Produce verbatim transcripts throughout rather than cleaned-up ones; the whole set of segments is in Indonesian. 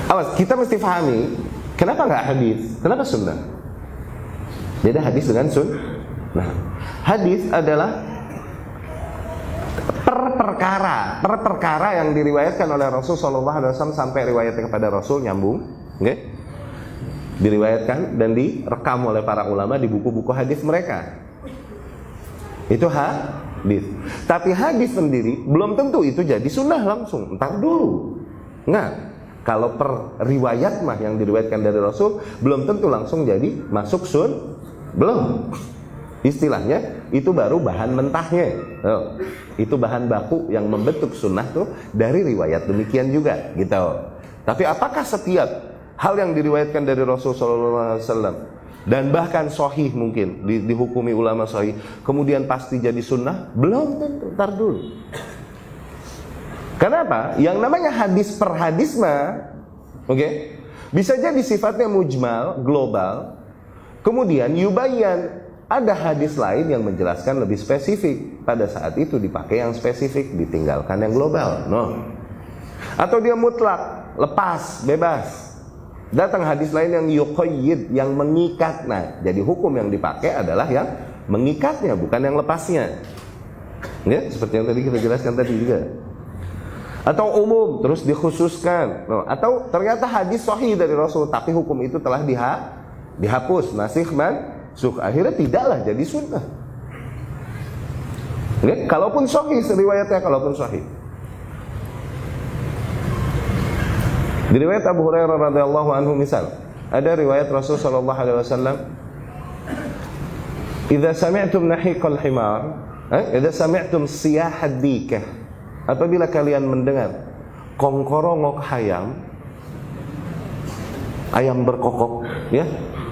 Awas, kita mesti pahami kenapa nggak hadis, kenapa sunnah. Beda hadis dengan sunnah. Nah, hadis adalah per perkara, per perkara yang diriwayatkan oleh Rasul Shallallahu Alaihi Wasallam sampai riwayatnya kepada Rasul nyambung, oke? Okay? Diriwayatkan dan direkam oleh para ulama di buku-buku hadis mereka. Itu hadis. Tapi hadis sendiri belum tentu itu jadi sunnah langsung. Entar dulu. Nggak. Kalau per riwayat mah yang diriwayatkan dari Rasul belum tentu langsung jadi masuk sun. Belum. Istilahnya itu baru bahan mentahnya. Oh, itu bahan baku yang membentuk sunnah tuh dari riwayat demikian juga, gitu. Tapi apakah setiap hal yang diriwayatkan dari Rasul Sallallahu Alaihi Wasallam dan bahkan sahih mungkin di, dihukumi ulama sahih kemudian pasti jadi sunnah? Belum tentu. Ntar dulu. Kenapa? Yang namanya hadis per hadis mah, oke, okay, bisa jadi sifatnya mujmal, global. Kemudian yubayyan, ada hadis lain yang menjelaskan lebih spesifik. Pada saat itu dipakai yang spesifik, ditinggalkan yang global. No. Atau dia mutlak, lepas, bebas. Datang hadis lain yang yuqayyid, yang mengikat. Nah, jadi hukum yang dipakai adalah yang mengikatnya, bukan yang lepasnya. Ya, seperti yang tadi kita jelaskan tadi juga. Atau umum, terus dikhususkan. No. Atau ternyata hadis sahih dari Rasul, tapi hukum itu telah diha dihapus, nasikh mansukh. Akhirnya tidaklah jadi sunnah. Ya, kalaupun sahih riwayatnya, kalaupun sahih. Di riwayat Abu Hurairah radhiyallahu anhu misal, ada riwayat Rasul sallallahu alaihi wasallam, "Idza sami'tum nahiqal himar, eh, idza sami'tum siyahad dikah." Apabila kalian mendengar kongkorongok ayam, ayam berkokok, ya.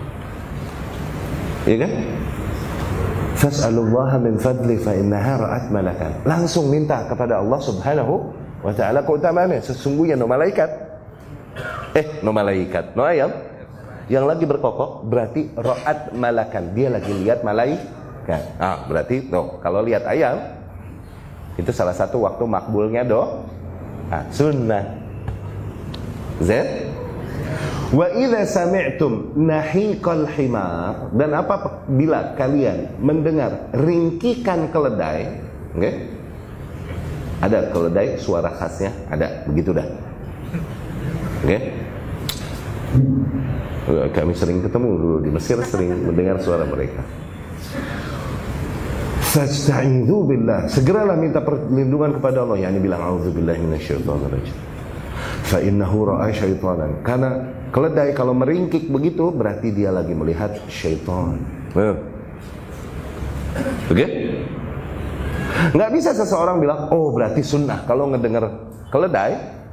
Ya kan? Fas'alullaha min fadli fa innaha ra'at malakan. Langsung minta kepada Allah Subhanahu wa ta'ala keutamaannya. Sesungguhnya no malaikat. Eh, no malaikat, no ayam yang lagi berkokok berarti ra'at malakan. Dia lagi lihat malaikat. Ah, berarti no, kalau lihat ayam itu salah satu waktu makbulnya do. Ah, sunnah. Z. Wa idza sami'tum nahiqal himar, dan apabila kalian mendengar ringkikan keledai, oke? Okay? Ada keledai suara khasnya, ada begitu dah. Oke? Okay? Kami sering ketemu dulu di Mesir, sering mendengar suara mereka. Fasta'idzu billah, segeralah minta perlindungan kepada Allah, yakni bilang auzubillahi minasyaitonir rajim. Fa innahu ra'a syaitanan, karena keledai kalau meringkik begitu berarti dia lagi melihat syaitan. Oke? Okay? Nggak bisa seseorang bilang, oh berarti sunnah kalau ngedengar keledai,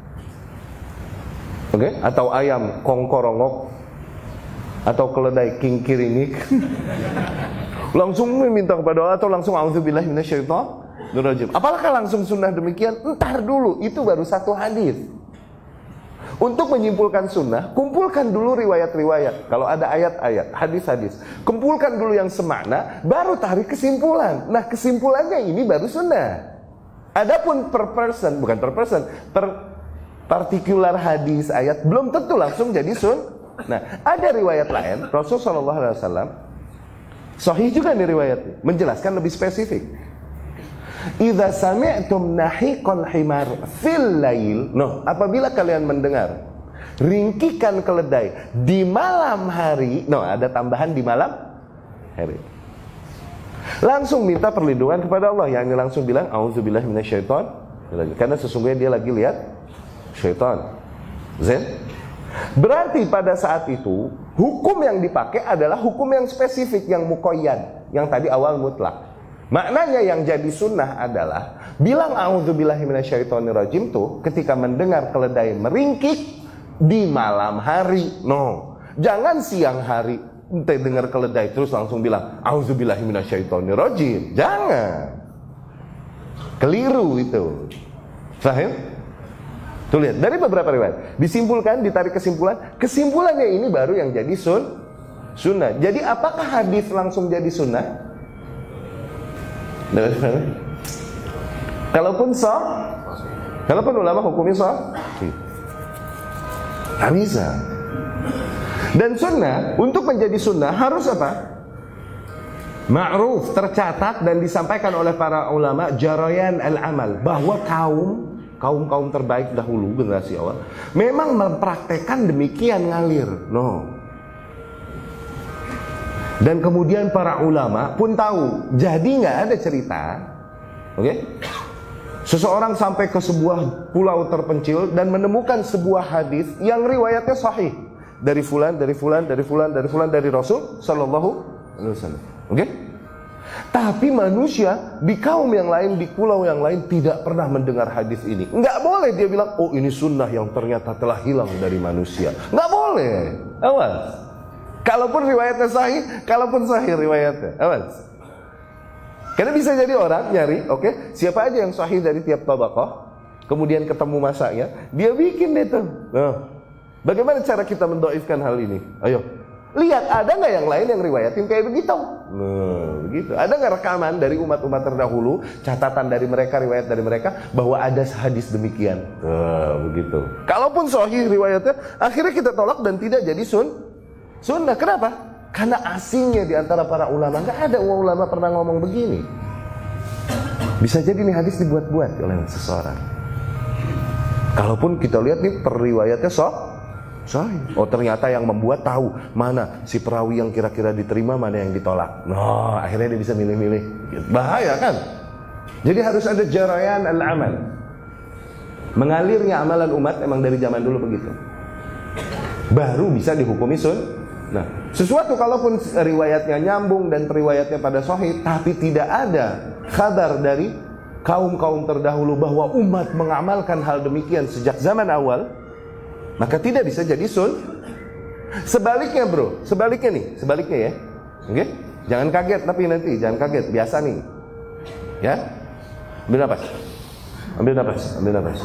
oke, okay? Atau ayam kongkorongok, atau keledai kingkiringik, langsung meminta kepada Allah, atau langsung auzubillahi minasyaitonir rajim. Apakah langsung sunnah demikian? Entar dulu, itu baru satu hadis. Untuk menyimpulkan sunnah, kumpulkan dulu riwayat-riwayat. Kalau ada ayat-ayat, hadis-hadis, kumpulkan dulu yang semakna, baru tarik kesimpulan. Nah, kesimpulannya ini baru sunnah. Adapun per person, bukan per person, per partikular hadis, ayat, belum tentu langsung jadi sunnah. Nah, ada riwayat lain, Rasul Shallallahu Alaihi Wasallam, sahih juga nih riwayatnya, menjelaskan lebih spesifik. Idza sami'tum nahiqal himar fil lail, no, apabila kalian mendengar ringkikan keledai di malam hari, no, ada tambahan di malam hari, langsung minta perlindungan kepada Allah, yakni langsung bilang auzubillahi minasyaiton, karena sesungguhnya dia lagi lihat syaitan. Zen. Berarti pada saat itu hukum yang dipakai adalah hukum yang spesifik, yang muqayyad, yang tadi awal mutlak. Maknanya yang jadi sunnah adalah bilang a'udzubillahi minasyaitonirrajim tuh ketika mendengar keledai meringkik di malam hari. No, jangan siang hari ente dengar keledai terus langsung bilang a'udzubillahi minasyaitonirrajim. Jangan. Keliru itu. Paham? Tuh lihat, dari beberapa riwayat disimpulkan, ditarik kesimpulan. Kesimpulannya ini baru yang jadi sun sunnah. Jadi apakah hadis langsung jadi sunnah? Kalaupun sah, kalaupun ulama hukumnya sah, Nggak bisa. Dan sunnah, untuk menjadi sunnah harus apa? Ma'ruf, tercatat dan disampaikan oleh para ulama, jarayan al-amal, bahwa kaum kaum-kaum terbaik dahulu, generasi awal, memang mempraktekkan demikian ngalir. No. Dan kemudian para ulama pun tahu, jadi nggak ada cerita, oke? Okay? Seseorang sampai ke sebuah pulau terpencil dan menemukan sebuah hadis yang riwayatnya sahih dari fulan, dari fulan, dari fulan, dari fulan, dari Rasul Sallallahu Alaihi Wasallam. Oke? Okay? Tapi manusia di kaum yang lain, di pulau yang lain tidak pernah mendengar hadis ini. Nggak boleh dia bilang, oh ini sunnah yang ternyata telah hilang dari manusia. Nggak boleh. Awas. Kalaupun riwayatnya sahih, kalaupun sahih riwayatnya. Awas. Karena bisa jadi orang nyari, oke, okay, siapa aja yang sahih dari tiap tabaqah, kemudian ketemu masanya, dia bikin itu. Nah, bagaimana cara kita mendoifkan hal ini? Ayo, lihat ada nggak yang lain yang riwayatin kayak begitu? Nah, begitu. Ada nggak rekaman dari umat-umat terdahulu, catatan dari mereka, riwayat dari mereka, bahwa ada hadis demikian? Nah, begitu. Kalaupun sahih riwayatnya, akhirnya kita tolak dan tidak jadi sun, sunnah. Kenapa? Karena asingnya di antara para ulama. Nggak ada ulama pernah ngomong begini. Bisa jadi nih hadis dibuat-buat oleh seseorang. Kalaupun kita lihat nih periwayatnya sah, sahih. Oh ternyata yang membuat tahu mana si perawi yang kira-kira diterima, mana yang ditolak. Nah akhirnya dia bisa milih-milih. Bahaya kan? Jadi harus ada jarayan al-amal. Mengalirnya amalan umat emang dari zaman dulu begitu. Baru bisa dihukumi sun. Nah, sesuatu kalaupun riwayatnya nyambung dan riwayatnya pada sahih, tapi tidak ada kabar dari kaum-kaum terdahulu bahwa umat mengamalkan hal demikian sejak zaman awal, maka tidak bisa jadi sun. Sebaliknya bro, sebaliknya nih, sebaliknya ya, oke? Okay? Jangan kaget tapi nanti, jangan kaget, biasa nih, ya. Ambil nafas, ambil nafas, ambil nafas.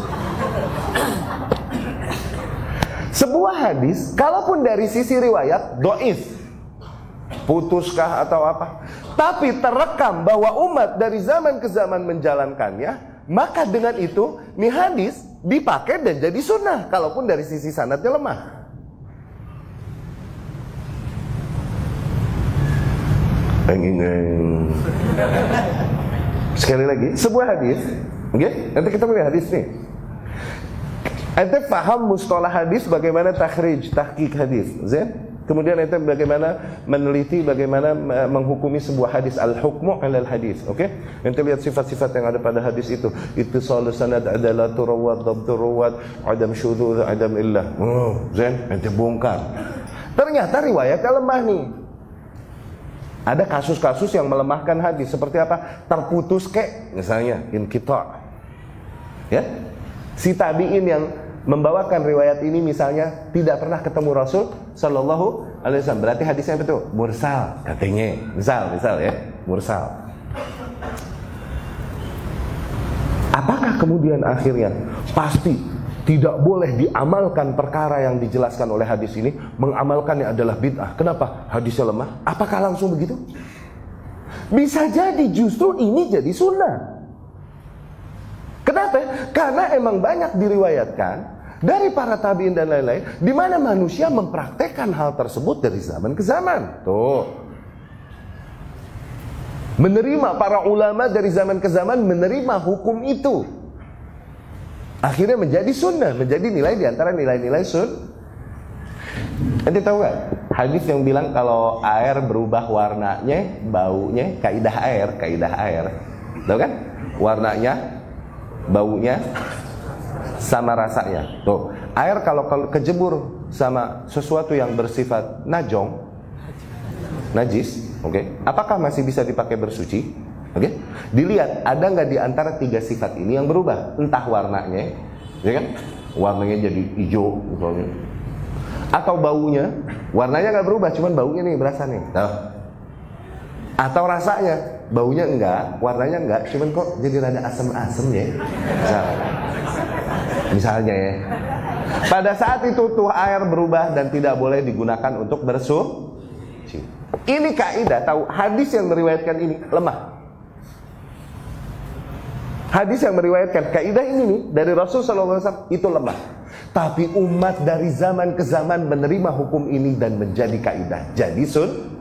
Sebuah hadis, kalaupun dari sisi riwayat doif, putuskah atau apa, tapi terekam bahwa umat dari zaman ke zaman menjalankannya, maka dengan itu nih hadis dipakai dan jadi sunnah, kalaupun dari sisi sanadnya lemah. Sekali lagi, sebuah hadis, oke? Okay? Nanti kita melihat hadis nih. Ente paham mustalah hadis, bagaimana takhrij, tahqiq hadis, Zain? Kemudian ente bagaimana meneliti, bagaimana menghukumi sebuah hadis, al-hukmu alal hadis, oke? Okay? Ente lihat sifat-sifat yang ada pada hadis itu. Ittisalus sanad, adalatu rawat, dhabtu rawat, adam syudzuz, adam illah. Oh, Zain, ente bongkar. Ternyata riwayatnya lemah nih. Ada kasus-kasus yang melemahkan hadis, seperti apa? Terputus kek, misalnya inqita'. Ya? Si tabi'in yang membawakan riwayat ini misalnya tidak pernah ketemu Rasul Sallallahu Alaihi Wasallam, berarti hadisnya betul mursal katanya. Misal, misal ya, mursal. Apakah kemudian akhirnya pasti tidak boleh diamalkan perkara yang dijelaskan oleh hadis ini? Mengamalkannya adalah bid'ah. Kenapa? Hadisnya lemah. Apakah langsung begitu? Bisa jadi justru ini jadi sunnah. Kenapa? Karena emang banyak diriwayatkan dari para tabi'in dan lain-lain, di mana manusia mempraktekkan hal tersebut dari zaman ke zaman. Tuh. Menerima para ulama dari zaman ke zaman, menerima hukum itu. Akhirnya menjadi sunnah, menjadi nilai di antara nilai-nilai sun. Nanti tahu nggak? Hadis yang bilang kalau air berubah warnanya, baunya, kaidah air, kaidah air. Tahu kan? Warnanya, baunya sama rasanya. Tuh, air kalau kejebur sama sesuatu yang bersifat najong, najis, oke, okay, apakah masih bisa dipakai bersuci? Oke, okay? Dilihat ada nggak di antara tiga sifat ini yang berubah, entah warnanya, ya kan? Warnanya jadi hijau, misalnya, atau baunya, warnanya nggak berubah, cuman baunya nih berasa nih. Tuh. Atau rasanya, baunya enggak, warnanya enggak, cuman kok jadi rada asem-asem ya. Misal, misalnya ya. Pada saat itu tuh air berubah dan tidak boleh digunakan untuk bersuci. Ini kaidah, tahu hadis yang meriwayatkan ini lemah. Hadis yang meriwayatkan kaidah ini nih dari Rasul sallallahu alaihi wasallam itu lemah. Tapi umat dari zaman ke zaman menerima hukum ini dan menjadi kaidah. Jadi sun